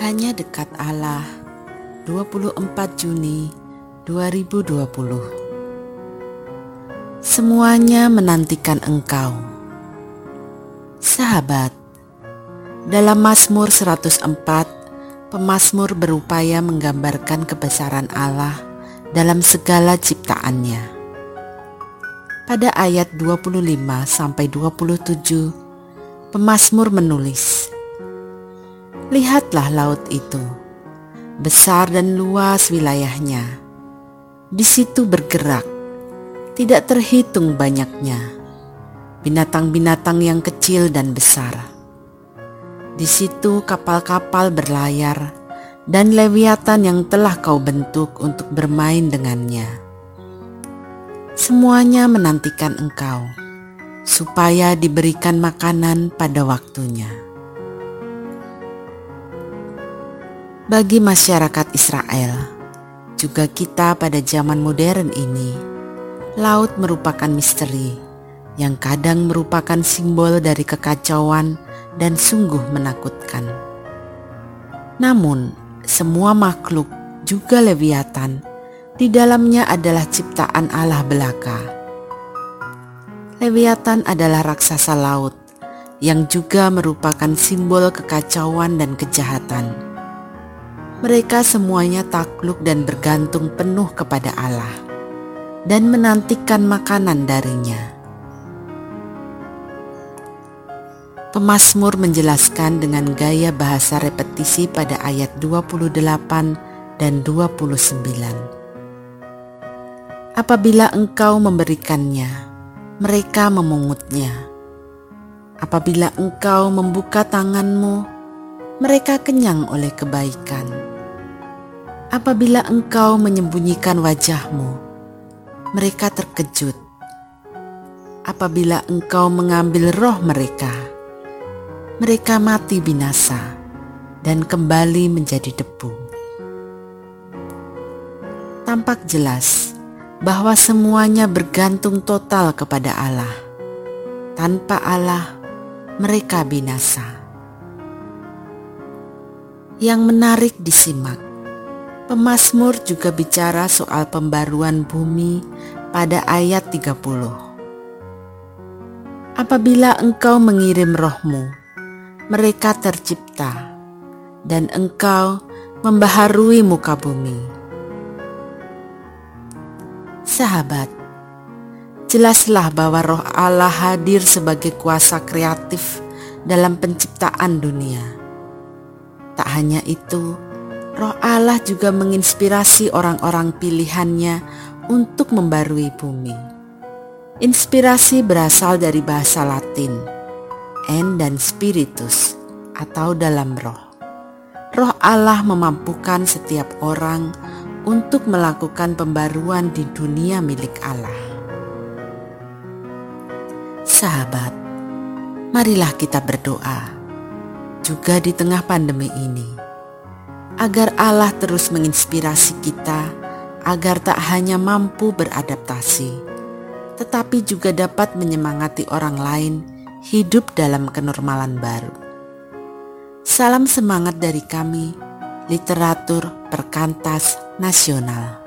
Hanya dekat Allah, 24 Juni 2020. Semuanya menantikan Engkau. Sahabat, dalam Mazmur 104, pemazmur berupaya menggambarkan kebesaran Allah dalam segala ciptaannya. Pada ayat 25-27, pemazmur menulis, "Lihatlah laut itu, besar dan luas wilayahnya. Di situ bergerak, tidak terhitung banyaknya, binatang-binatang yang kecil dan besar. Di situ kapal-kapal berlayar dan lewiatan yang telah kau bentuk untuk bermain dengannya. Semuanya menantikan Engkau, supaya diberikan makanan pada waktunya." Bagi masyarakat Israel, juga kita pada zaman modern ini, laut merupakan misteri yang kadang merupakan simbol dari kekacauan dan sungguh menakutkan. Namun, semua makhluk, juga lewiatan, di dalamnya adalah ciptaan Allah belaka. Lewiatan adalah raksasa laut yang juga merupakan simbol kekacauan dan kejahatan. Mereka semuanya takluk dan bergantung penuh kepada Allah dan menantikan makanan darinya. Pemazmur menjelaskan dengan gaya bahasa repetisi pada ayat 28 dan 29. Apabila Engkau memberikannya, mereka memungutnya. Apabila Engkau membuka tanganmu, mereka kenyang oleh kebaikan. Apabila Engkau menyembunyikan wajahmu, mereka terkejut. Apabila Engkau mengambil roh mereka, mereka mati binasa dan kembali menjadi debu. Tampak jelas bahwa semuanya bergantung total kepada Allah. Tanpa Allah, mereka binasa. Yang menarik disimak, pemazmur juga bicara soal pembaruan bumi pada ayat 30. Apabila Engkau mengirim roh-Mu, mereka tercipta, dan Engkau membaharui muka bumi. Sahabat, jelaslah bahwa roh Allah hadir sebagai kuasa kreatif dalam penciptaan dunia. Tak hanya itu, roh Allah juga menginspirasi orang-orang pilihannya untuk membarui bumi. Inspirasi berasal dari bahasa Latin, en dan spiritus, atau dalam roh. Roh Allah memampukan setiap orang untuk melakukan pembaruan di dunia milik Allah. Sahabat, marilah kita berdoa, juga di tengah pandemi ini, agar Allah terus menginspirasi kita agar tak hanya mampu beradaptasi, tetapi juga dapat menyemangati orang lain hidup dalam kenormalan baru. Salam semangat dari kami, Literatur Perkantas Nasional.